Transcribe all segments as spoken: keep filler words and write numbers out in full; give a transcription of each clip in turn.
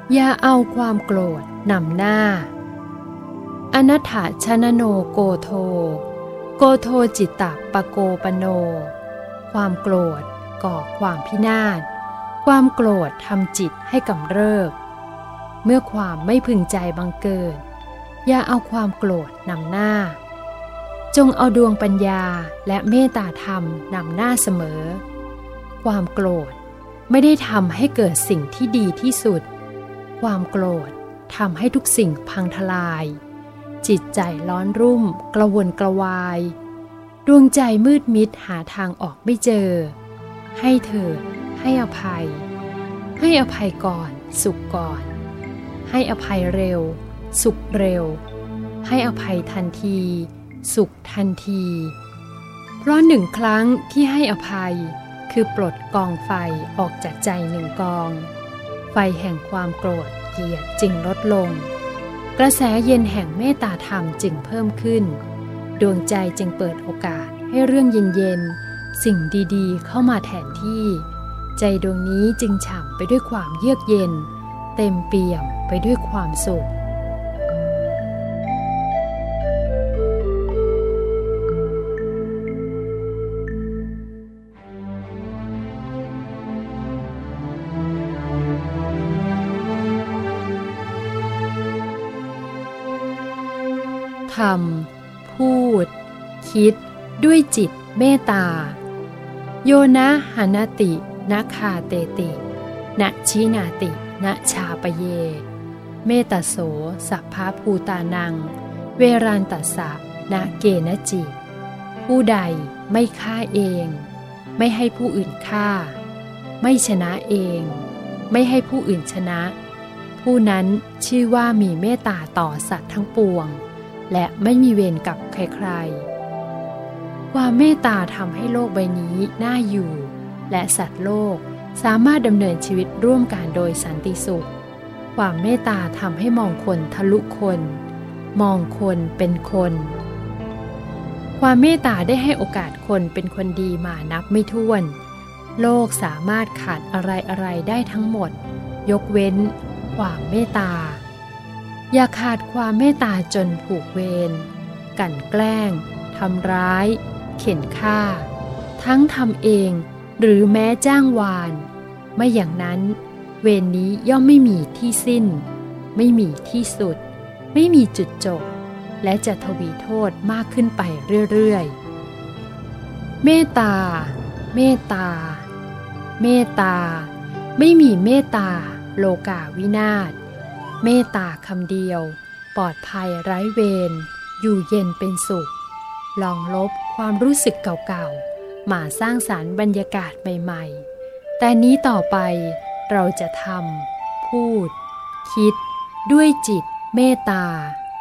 อย่าเอาความโกรธนำหน้าอนัตถชนโนโกโทโกโทจิตตปโกปโนความโกรธก่อความพินาศความโกรธทำจิตให้กำเริบเมื่อความไม่พึงใจบังเกิดอย่าเอาความโกรธนำหน้าจงเอาดวงปัญญาและเมตตาธรรมนำหน้าเสมอความโกรธไม่ได้ทำให้เกิดสิ่งที่ดีที่สุดความโกรธทำให้ทุกสิ่งพังทลายจิตใจร้อนรุ่มกระวนกระวายดวงใจมืดมิดหาทางออกไม่เจอให้เถิดให้อภัยให้อภัยก่อนสุขก่อนให้อภัยเร็วสุขเร็วให้อภัยทันทีสุขทันทีเพราะหนึ่งครั้งที่ให้อภัยคือปลดกองไฟออกจากใจหนึ่งกองไฟแห่งความโกรธเกลียดจึงลดลงกระแสเย็นแห่งเมตตาธรรมจึงเพิ่มขึ้นดวงใจจึงเปิดโอกาสให้เรื่องเย็นๆสิ่งดีๆเข้ามาแทนที่ใจดวงนี้จึงฉ่ำไปด้วยความเยือกเย็นเต็มเปี่ยมไปด้วยความสุขทำพูดคิดด้วยจิตเมตตาโยนะหานตินะคาเตตินะชินาตินะชาปเยเมตโสสัพพะภูตานังเวรันตัสสะนะเกณจิผู้ใดไม่ฆ่าเองไม่ให้ผู้อื่นฆ่าไม่ชนะเองไม่ให้ผู้อื่นชนะผู้นั้นชื่อว่ามีเมตตาต่อสัตว์ทั้งปวงและไม่มีเวรกับใครๆความเมตตาทำให้โลกใบนี้น่าอยู่และสัตว์โลกสามารถดำเนินชีวิตร่วมกันโดยสันติสุขความเมตตาทำให้มองคนทะลุคนมองคนเป็นคนความเมตตาได้ให้โอกาสคนเป็นคนดีมานับไม่ถ้วนโลกสามารถขาดอะไรๆได้ทั้งหมดยกเว้นความเมตตาอย่าขาดความเมตตาจนผูกเวรกลั่นแกล้งทำร้ายเข็นฆ่าทั้งทำเองหรือแม้จ้างวานไม่อย่างนั้นเวรนี้ย่อมไม่มีที่สิ้นไม่มีที่สุดไม่มีจุดจบและจะทวีโทษมากขึ้นไปเรื่อยๆเมตตาเมตตาเมตตาไม่มีเมตตาโลกาวินาศเมตตาคำเดียวปลอดภัยไร้เวรอยู่เย็นเป็นสุขลองลบความรู้สึกเก่าๆมาสร้างสรรค์บรรยากาศใหม่ๆแต่นี้ต่อไปเราจะทำพูดคิดด้วยจิตเมตตา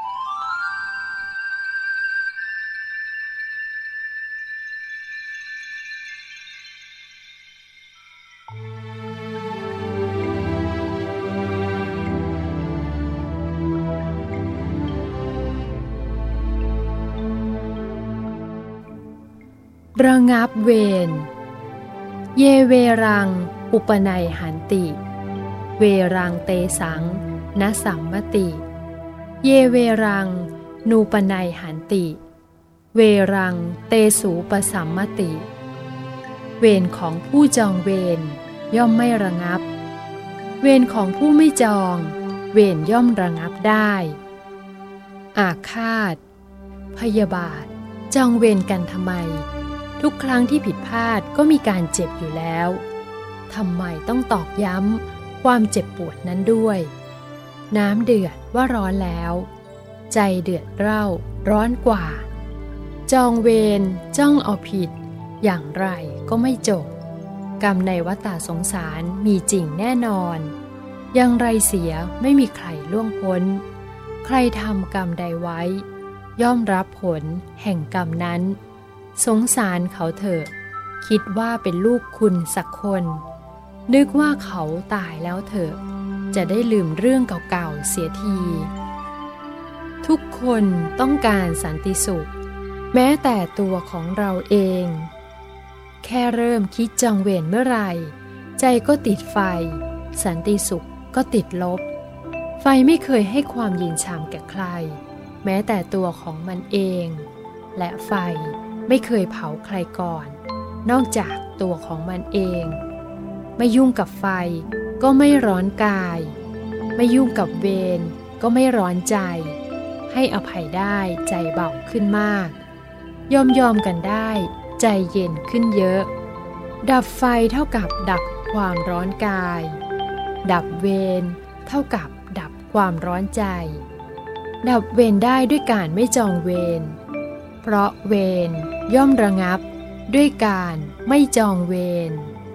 ระงับเวรเยเวรังอุปนัยหันติเวรังเตสังนสัมมติเยเวรังนูปนัยหันติเวรังเตสูปสัมมติเวรของผู้จองเวรย่อมไม่ระงับเวรของผู้ไม่จองเวรย่อมระงับได้อาฆาตพยาบาทจองเวรกันทำไมทุกครั้งที่ผิดพลาดก็มีการเจ็บอยู่แล้วทำไมต้องตอกย้ำความเจ็บปวดนั้นด้วยน้ำเดือดว่าร้อนแล้วใจเดือดเร่าร้อนกว่าจองเวรจ้องเอาผิดอย่างไรก็ไม่จบกรรมในวัฏสงสารมีจริงแน่นอนอย่างไรเสียไม่มีใครล่วงพ้นใครทำกรรมใดไว้ย่อมรับผลแห่งกรรมนั้นสงสารเขาเถอะคิดว่าเป็นลูกคุณสักคนนึกว่าเขาตายแล้วเถอะจะได้ลืมเรื่องเก่าๆเสียทีทุกคนต้องการสันติสุขแม้แต่ตัวของเราเองแค่เริ่มคิดจองเวรเมื่อไหร่ใจก็ติดไฟสันติสุขก็ติดลบไฟไม่เคยให้ความเย็นชามแก่ใครแม้แต่ตัวของมันเองและไฟไม่เคยเผาใครก่อนนอกจากตัวของมันเองไม่ยุ่งกับไฟก็ไม่ร้อนกายไม่ยุ่งกับเวรก็ไม่ร้อนใจให้อภัยได้ใจเบาขึ้นมากยอมยอมกันได้ใจเย็นขึ้นเยอะดับไฟเท่ากับดับความร้อนกายดับเวรเท่ากับดับความร้อนใจดับเวรได้ด้วยการไม่จองเวรเพราะเวรย่อมระงับด้วยการไม่จองเวร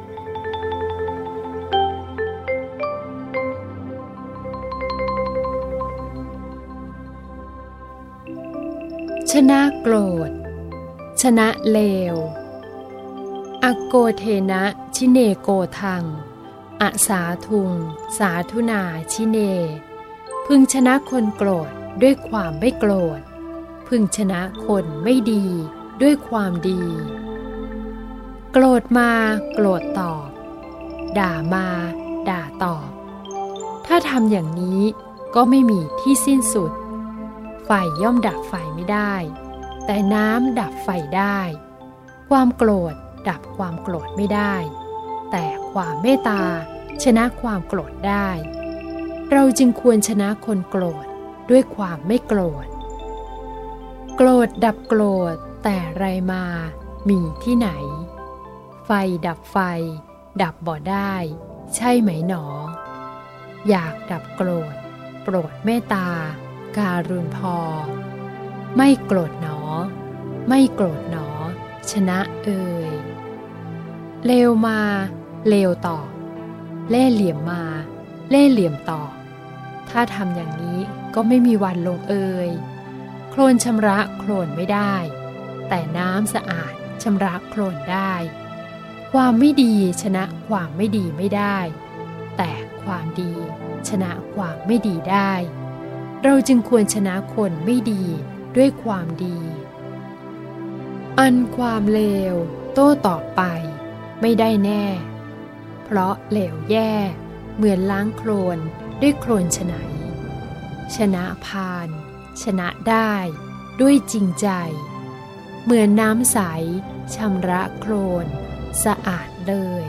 ชนะโกรธชนะเลวอโกเทนะชิเนโกทังอสาทุงสาธุนาชิเนพึงชนะคนโกรธด้วยความไม่โกรธพึงชนะคนไม่ดีด้วยความดีโกรธมาโกรธตอบด่ามาด่าตอบถ้าทำอย่างนี้ก็ไม่มีที่สิ้นสุดไฟย่อมดับไฟไม่ได้แต่น้ำดับไฟได้ความโกรธดับความโกรธไม่ได้แต่ความเมตตาชนะความโกรธได้เราจึงควรชนะคนโกรธด้วยความไม่โกรธโกรธดับโกรธแต่ไรมามีที่ไหนไฟดับไฟดับบ่ได้ใช่ไหมหนออยากดับโกรธโปรดเมตตาการุณพอไม่โกรธหนอไม่โกรธหนอชนะเอ่ยเลวมาเลวตอบเล่ห์เหลี่ยมมาเล่ห์เหลี่ยมตอบถ้าทำอย่างนี้ก็ไม่มีวันลงเอ่ยโคลนชำระโคลนไม่ได้แต่น้ำสะอาดชำระโคลนได้ความไม่ดีชนะความไม่ดีไม่ได้แต่ความดีชนะความไม่ดีได้เราจึงควรชนะคนไม่ดีด้วยความดีอันความเลวโต้ตอบไปไม่ได้แน่เพราะเหลวแย่เหมือนล้างโคลนด้วยโคลนไฉนชนะพาลชนะได้ด้วยจริงใจเหมือนน้ำใสชำระโคลนสะอาดเลย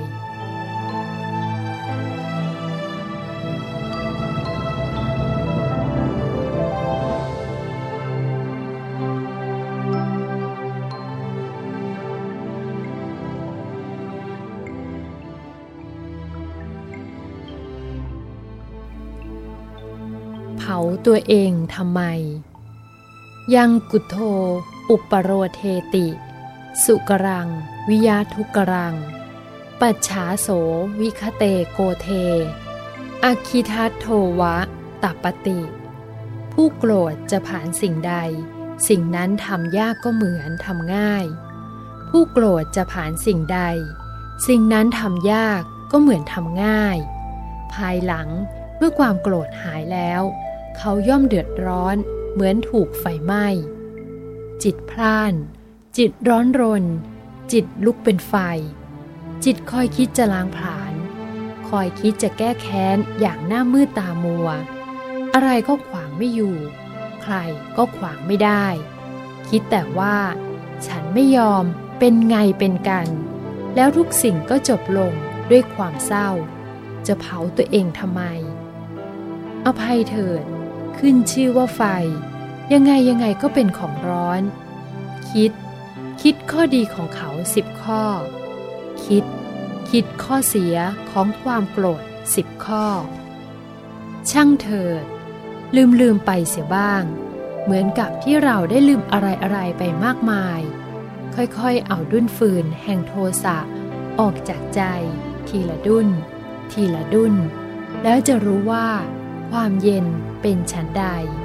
เผาตัวเองทำไมยังกุโทอุปโรเทติสุกรังวิยาทุกรังปัจฉาโสวิคเตโกเทอคิทัตโทวะตัปปติผู้โกรธจะผ่านสิ่งใดสิ่งนั้นทำยากก็เหมือนทำง่ายผู้โกรธจะผ่านสิ่งใดสิ่งนั้นทำยากก็เหมือนทำง่ายภายหลังเมื่อความโกรธหายแล้วเขาย่อมเดือดร้อนเหมือนถูกไฟไหม้จิตพล่านจิตร้อนรนจิตลุกเป็นไฟจิตคอยคิดจะล้างผลาญคอยคิดจะแก้แค้นอย่างหน้ามืดตามัวอะไรก็ขวางไม่อยู่ใครก็ขวางไม่ได้คิดแต่ว่าฉันไม่ยอมเป็นไงเป็นกันแล้วทุกสิ่งก็จบลงด้วยความเศร้าจะเผาตัวเองทำไมอภัยเถิดขึ้นชื่อว่าไฟยังไงยังไงก็เป็นของร้อนคิดคิดข้อดีของเขาสิบข้อคิดคิดข้อเสียของความโกรธสิบข้อช่างเถิดลืมลืมไปเสียบ้างเหมือนกับที่เราได้ลืมอะไรอะไรไปมากมายค่อยๆเอาดุ้นฟืนแห่งโทสะออกจากใจทีละดุ้นทีละดุ้นแล้วจะรู้ว่าความเย็นเป็นฉันใด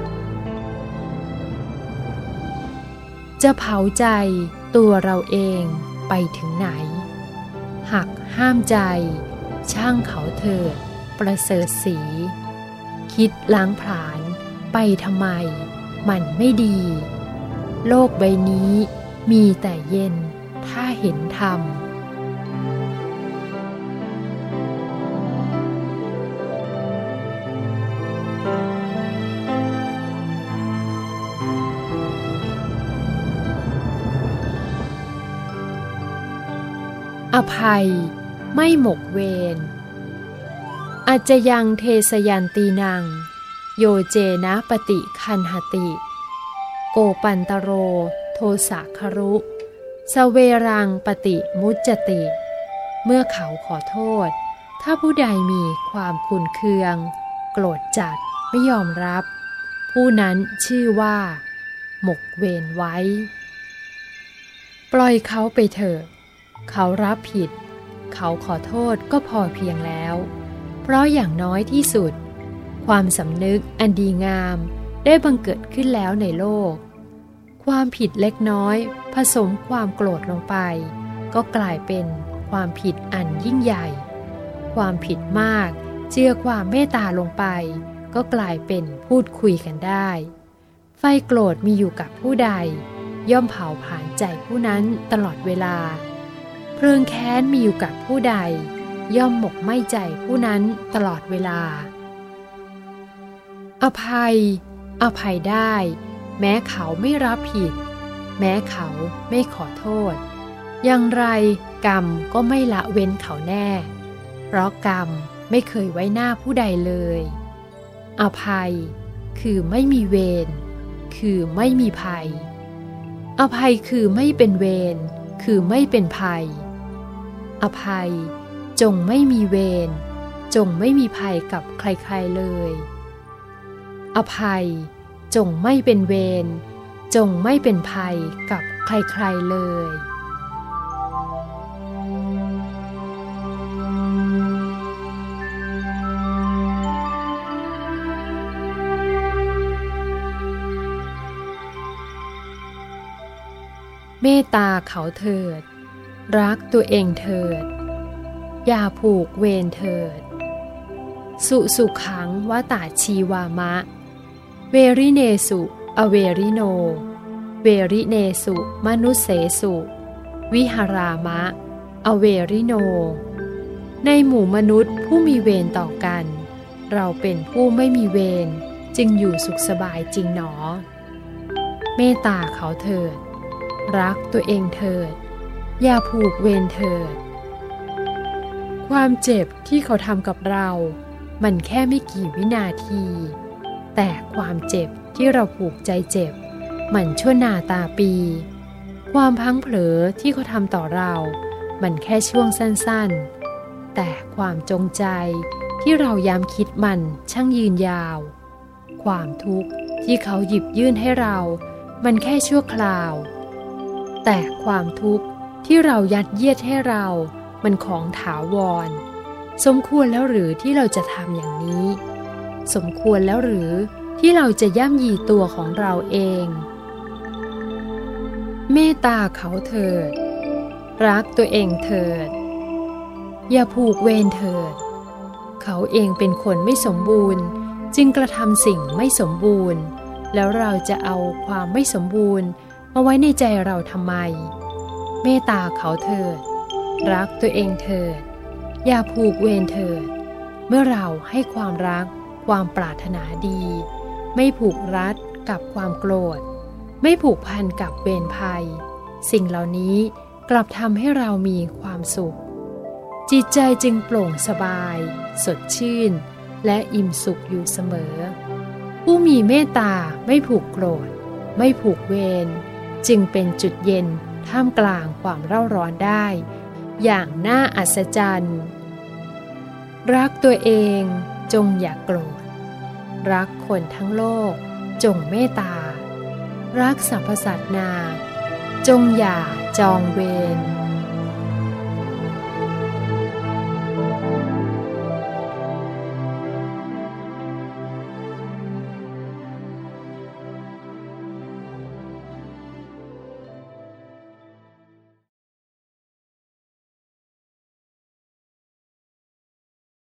จะเผาใจตัวเราเองไปถึงไหนหักห้ามใจช่างเขาเถิดประเสริฐสีคิดล้างผลาญไปทำไมมันไม่ดีโลกใบนี้มีแต่เย็นถ้าเห็นธรรมอภัยไม่หมกเวรอาจจะยังเทสยันตีนังโยเจนะปฏิคันหติโกปันตโรโทสะครุสเวรังปฏิมุจจติเมื่อเขาขอโทษถ้าผู้ใดมีความขุ่นเคืองโกรธจัดไม่ยอมรับผู้นั้นชื่อว่าหมกเวรไว้ปล่อยเขาไปเถอะเขารับผิดเขาขอโทษก็พอเพียงแล้วเพราะอย่างน้อยที่สุดความสำนึกอันดีงามได้บังเกิดขึ้นแล้วในโลกความผิดเล็กน้อยผสมความโกรธลงไปก็กลายเป็นความผิดอันยิ่งใหญ่ความผิดมากเจือความเมตตาลงไปก็กลายเป็นพูดคุยกันได้ไฟโกรธมีอยู่กับผู้ใดย่อมเผาผลาญใจผู้นั้นตลอดเวลาเพลิงแค้นมีอยู่กับผู้ใดย่อมหมกไหม้ใจผู้นั้นตลอดเวลาอภัยอภัยได้แม้เขาไม่รับผิดแม้เขาไม่ขอโทษอย่างไรกรรมก็ไม่ละเว้นเขาแน่เพราะกรรมไม่เคยไว้หน้าผู้ใดเลยอภัยคือไม่มีเวรคือไม่มีภัยอภัยคือไม่เป็นเวรคือไม่เป็นภัยอภัยจงไม่มีเวรจงไม่มีภัยกับใครๆเลยอภัยจงไม่เป็นเวรจงไม่เป็นภัยกับใครๆเลยเมตตาเขาเถิดรักตัวเองเถิดอย่าผูกเวรเถิดสุสุขังวตาชีวามะเวริเนสุอเวริโนเวริเนสุมนุเสสุวิหารามะอเวริโนในหมู่มนุษย์ผู้มีเวรต่อกันเราเป็นผู้ไม่มีเวรจึงอยู่สุขสบายจริงหนอเมตตาเขาเถิดรักตัวเองเถิดอย่าผูกเวรเถิดความเจ็บที่เขาทำกับเรามันแค่ไม่กี่วินาทีแต่ความเจ็บที่เราผูกใจเจ็บมันชั่วนาตาปีความพลั้งเผลอที่เขาทำต่อเรามันแค่ช่วงสั้นๆแต่ความจงใจที่เราย้ำคิดมันช่างยืนยาวความทุกข์ที่เขาหยิบยื่นให้เรามันแค่ชั่วคราวแต่ความทุกข์ที่เรายัดเยียดให้เรามันของถาวรสมควรแล้วหรือที่เราจะทำอย่างนี้สมควรแล้วหรือที่เราจะย่ำยีตัวของเราเองเมตตาเขาเถิดรักตัวเองเถิดอย่าผูกเวรเถิดเขาเองเป็นคนไม่สมบูรณ์จึงกระทำสิ่งไม่สมบูรณ์แล้วเราจะเอาความไม่สมบูรณ์มาไว้ในใจเราทำไมเมตตาเขาเถิดรักตัวเองเถิดอย่าผูกเวรเถิดเมื่อเราให้ความรักความปรารถนาดีไม่ผูกรัดกับความโกรธไม่ผูกพันกับเวรภัยสิ่งเหล่านี้กลับทำให้เรามีความสุขจิตใจจึงโปร่งสบายสดชื่นและอิ่มสุขอยู่เสมอผู้มีเมตตาไม่ผูกโกรธไม่ผูกเวรจึงเป็นจุดเย็นท่ามกลางความเร่าร้อนได้อย่างน่าอัศจรรย์รักตัวเองจงอย่าโกรธรักคนทั้งโลกจงเมตตารักสรรพสัตว์นาจงอย่าจองเวร